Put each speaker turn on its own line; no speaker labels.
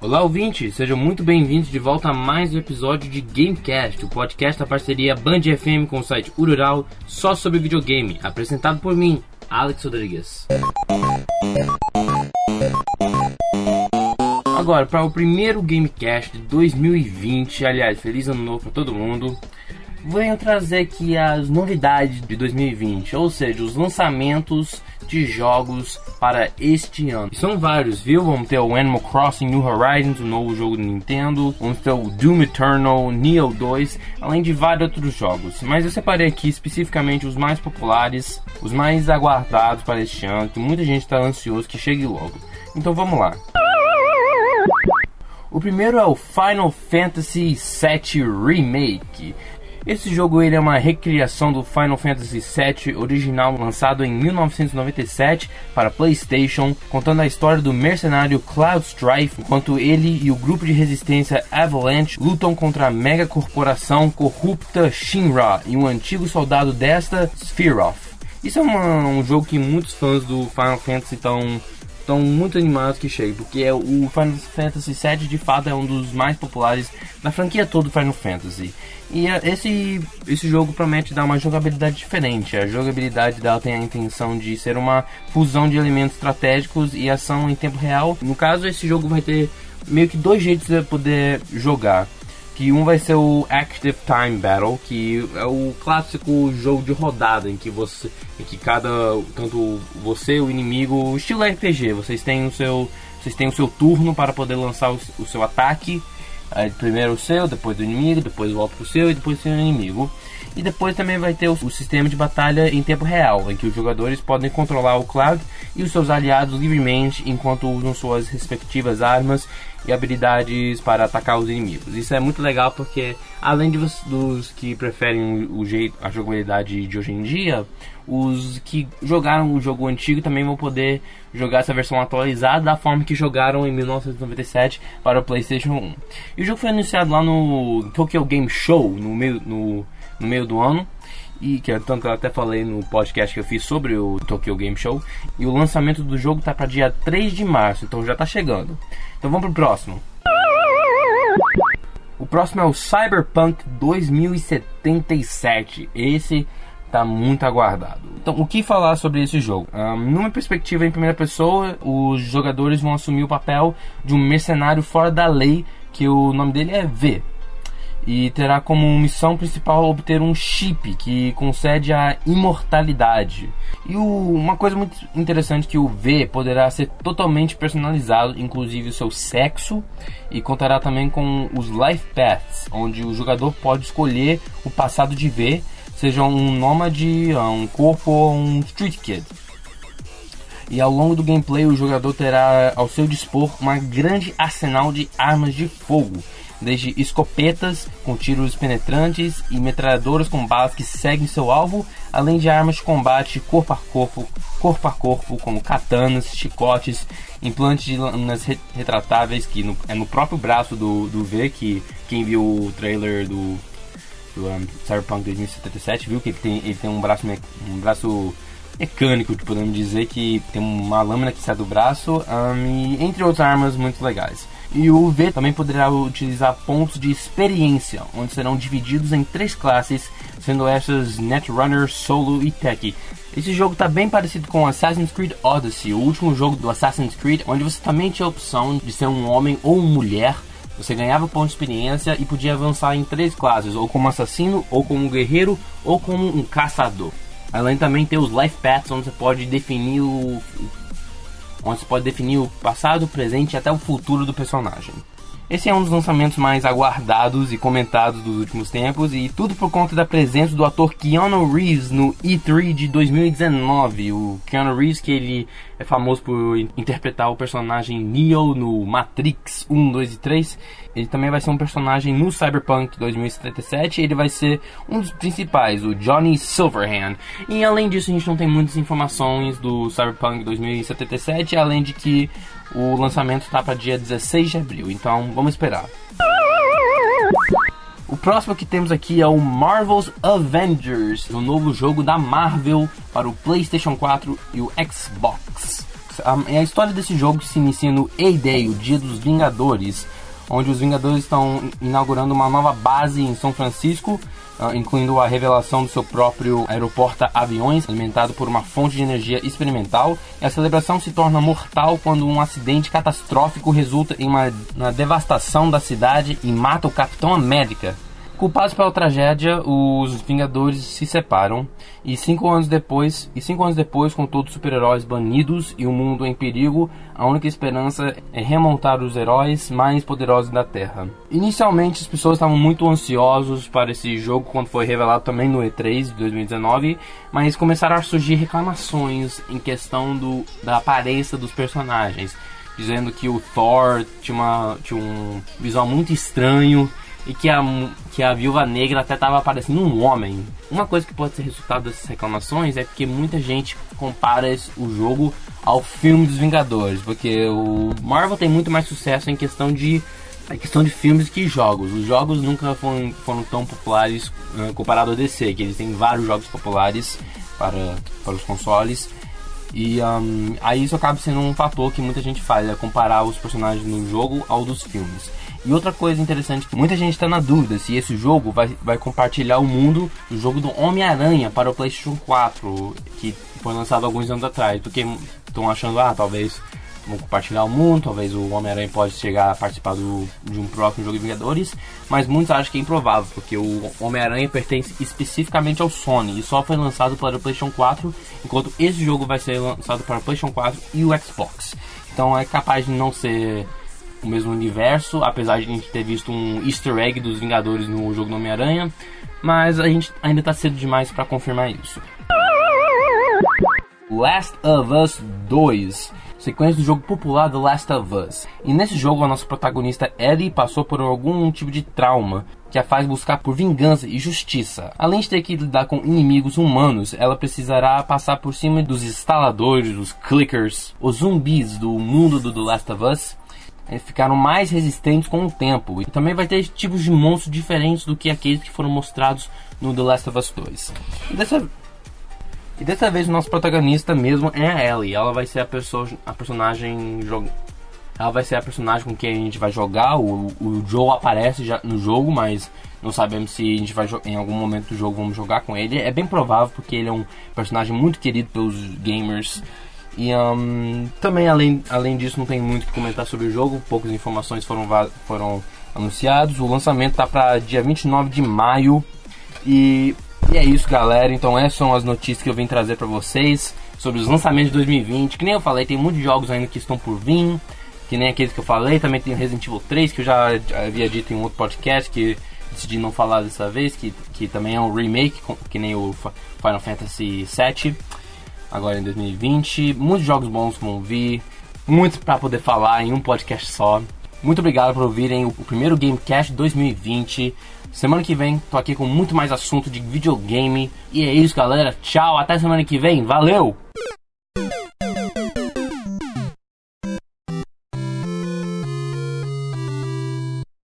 Olá, ouvintes! Sejam muito bem-vindos de volta a mais um episódio de Gamecast, o podcast da parceria Band FM com o site Urural, só sobre videogame, apresentado por mim, Alex Rodrigues. Agora, para o primeiro Gamecast de 2020, aliás, feliz ano novo para todo mundo, venho trazer aqui as novidades de 2020, ou seja, os lançamentos de jogos para este ano. E são vários, viu? Vamos ter o Animal Crossing New Horizons, o novo jogo do Nintendo, vamos ter o Doom Eternal, Nioh 2, além de vários outros jogos. Mas eu separei aqui especificamente os mais populares, os mais aguardados para este ano, que muita gente está ansioso que chegue logo. Então vamos lá. O primeiro é o Final Fantasy VII Remake. Esse jogo ele é uma recriação do Final Fantasy VII original, lançado em 1997 para PlayStation, contando a história do mercenário Cloud Strife, enquanto ele e o grupo de resistência Avalanche lutam contra a mega corporação corrupta Shinra e um antigo soldado desta, Sephiroth. Isso é um jogo que muitos fãs do Final Fantasy estão muito animados que chegue, porque o Final Fantasy VII de fato é um dos mais populares da franquia toda do Final Fantasy. E esse jogo promete dar uma jogabilidade diferente. A jogabilidade dela tem a intenção de ser uma fusão de elementos estratégicos e ação em tempo real. No caso, esse jogo vai ter meio que dois jeitos de poder jogar. Que um vai ser o Active Time Battle, que é o clássico jogo de rodada em que tanto você e o inimigo, estilo RPG, vocês têm o seu turno para poder lançar o seu ataque. Aí primeiro o seu, depois do inimigo, depois volta pro seu e depois o seu inimigo. E depois também vai ter o sistema de batalha em tempo real, em que os jogadores podem controlar o Cloud e os seus aliados livremente enquanto usam suas respectivas armas e habilidades para atacar os inimigos. Isso é muito legal porque, além dos que preferem a jogabilidade de hoje em dia, os que jogaram o jogo antigo também vão poder jogar essa versão atualizada da forma que jogaram em 1997 para o PlayStation 1. E o jogo foi anunciado lá no Tokyo Game Show no meio do ano, e que tanto eu até falei no podcast que eu fiz sobre o Tokyo Game Show. E o lançamento do jogo tá para dia 3 de março, então já tá chegando. Então vamos pro próximo. O próximo é o Cyberpunk 2077. Esse tá muito aguardado. Então, o que falar sobre esse jogo? Numa perspectiva em primeira pessoa, os jogadores vão assumir o papel de um mercenário fora da lei, que o nome dele é V. E terá como missão principal obter um chip que concede a imortalidade. E uma coisa muito interessante que o V poderá ser totalmente personalizado, inclusive o seu sexo, e contará também com os Life Paths, onde o jogador pode escolher o passado de V, seja um nômade, um corpo ou um street kid. E ao longo do gameplay o jogador terá ao seu dispor uma grande arsenal de armas de fogo, desde escopetas com tiros penetrantes e metralhadoras com balas que seguem seu alvo, além de armas de combate corpo a corpo como katanas, chicotes, implantes de lâminas retratáveis, que é no próprio braço do V, que quem viu o trailer do Cyberpunk 2077 viu que ele tem um braço mecânico, que podemos dizer, que tem uma lâmina que sai do braço, e entre outras armas muito legais. E o V também poderá utilizar pontos de experiência, onde serão divididos em 3 classes, sendo essas Netrunner, Solo e Techie. Esse jogo está bem parecido com Assassin's Creed Odyssey, o último jogo do Assassin's Creed, onde você também tinha a opção de ser um homem ou uma mulher. Você ganhava pontos de experiência e podia avançar em 3 classes, ou como assassino, ou como guerreiro, ou como um caçador. Além também ter os Life Paths, onde você pode definir o passado, o presente e até o futuro do personagem. Esse é um dos lançamentos mais aguardados e comentados dos últimos tempos, e tudo por conta da presença do ator Keanu Reeves no E3 de 2019. O Keanu Reeves, que ele é famoso por interpretar o personagem Neo no Matrix 1, 2 e 3. Ele também vai ser um personagem no Cyberpunk 2077, ele vai ser um dos principais, o Johnny Silverhand. E além disso, a gente não tem muitas informações do Cyberpunk 2077, além de que o lançamento está para dia 16 de abril, então vamos esperar. O próximo que temos aqui é o Marvel's Avengers, o novo jogo da Marvel para o PlayStation 4 e o Xbox Xbox. A história desse jogo se inicia no A-Day, o Dia dos Vingadores, onde os Vingadores estão inaugurando uma nova base em São Francisco, incluindo a revelação do seu próprio aeroporto-aviões, alimentado por uma fonte de energia experimental. E a celebração se torna mortal quando um acidente catastrófico resulta em uma devastação da cidade e mata o Capitão América. Culpados pela tragédia, os Vingadores se separam e 5 anos depois, com todos os super-heróis banidos e o mundo em perigo, a única esperança é remontar os heróis mais poderosos da Terra. Inicialmente, as pessoas estavam muito ansiosos para esse jogo quando foi revelado também no E3 de 2019, mas começaram a surgir reclamações em questão da aparência dos personagens, dizendo que o Thor tinha um visual muito estranho, e que a Viúva Negra até estava parecendo um homem. Uma coisa que pode ser resultado dessas reclamações é porque muita gente compara o jogo ao filme dos Vingadores, porque o Marvel tem muito mais sucesso em questão de filmes que jogos. Os jogos nunca foram tão populares comparado ao DC, que eles têm vários jogos populares para os consoles. E aí isso acaba sendo um fator que muita gente faz, é comparar os personagens no jogo ao dos filmes. E outra coisa interessante, que muita gente está na dúvida se esse jogo vai compartilhar o mundo do jogo do Homem-Aranha para o PlayStation 4, que foi lançado alguns anos atrás, porque estão achando, talvez vão compartilhar o mundo, talvez o Homem-Aranha pode chegar a participar de um próximo jogo de Vingadores, mas muitos acham que é improvável, porque o Homem-Aranha pertence especificamente ao Sony e só foi lançado para o PlayStation 4, enquanto esse jogo vai ser lançado para o PlayStation 4 e o Xbox. Então é capaz de não ser o mesmo universo, apesar de a gente ter visto um easter egg dos Vingadores no jogo do Homem-Aranha, mas a gente ainda está cedo demais para confirmar isso. Last of Us 2, sequência do jogo popular The Last of Us. E nesse jogo a nossa protagonista Ellie passou por algum tipo de trauma que a faz buscar por vingança e justiça. Além de ter que lidar com inimigos humanos, ela precisará passar por cima dos instaladores, os clickers, os zumbis do mundo do The Last of Us. Eles ficaram mais resistentes com o tempo. E também vai ter tipos de monstros diferentes do que aqueles que foram mostrados no The Last of Us 2. E dessa vez o nosso protagonista mesmo é a Ellie. Ela vai ser a personagem com quem a gente vai jogar. O Joe aparece já no jogo, mas não sabemos se a gente vai em algum momento do jogo vamos jogar com ele. É bem provável, porque ele é um personagem muito querido pelos gamers. E também além disso não tem muito o que comentar sobre o jogo. Poucas informações foram anunciadas. O lançamento tá para dia 29 de maio. E é isso, galera. Então essas são as notícias que eu vim trazer para vocês sobre os lançamentos de 2020. Que nem eu falei, tem muitos jogos ainda que estão por vir, que nem aqueles que eu falei. Também tem o Resident Evil 3, que eu já havia dito em um outro podcast, que decidi não falar dessa vez, que também é um remake, que nem o Final Fantasy VII, agora em 2020. Muitos jogos bons vão vir, muitos para poder falar em um podcast só. Muito obrigado por ouvirem o primeiro Gamecast 2020. Semana que vem tô aqui com muito mais assunto de videogame. E é isso, galera. Tchau, até semana que vem. Valeu!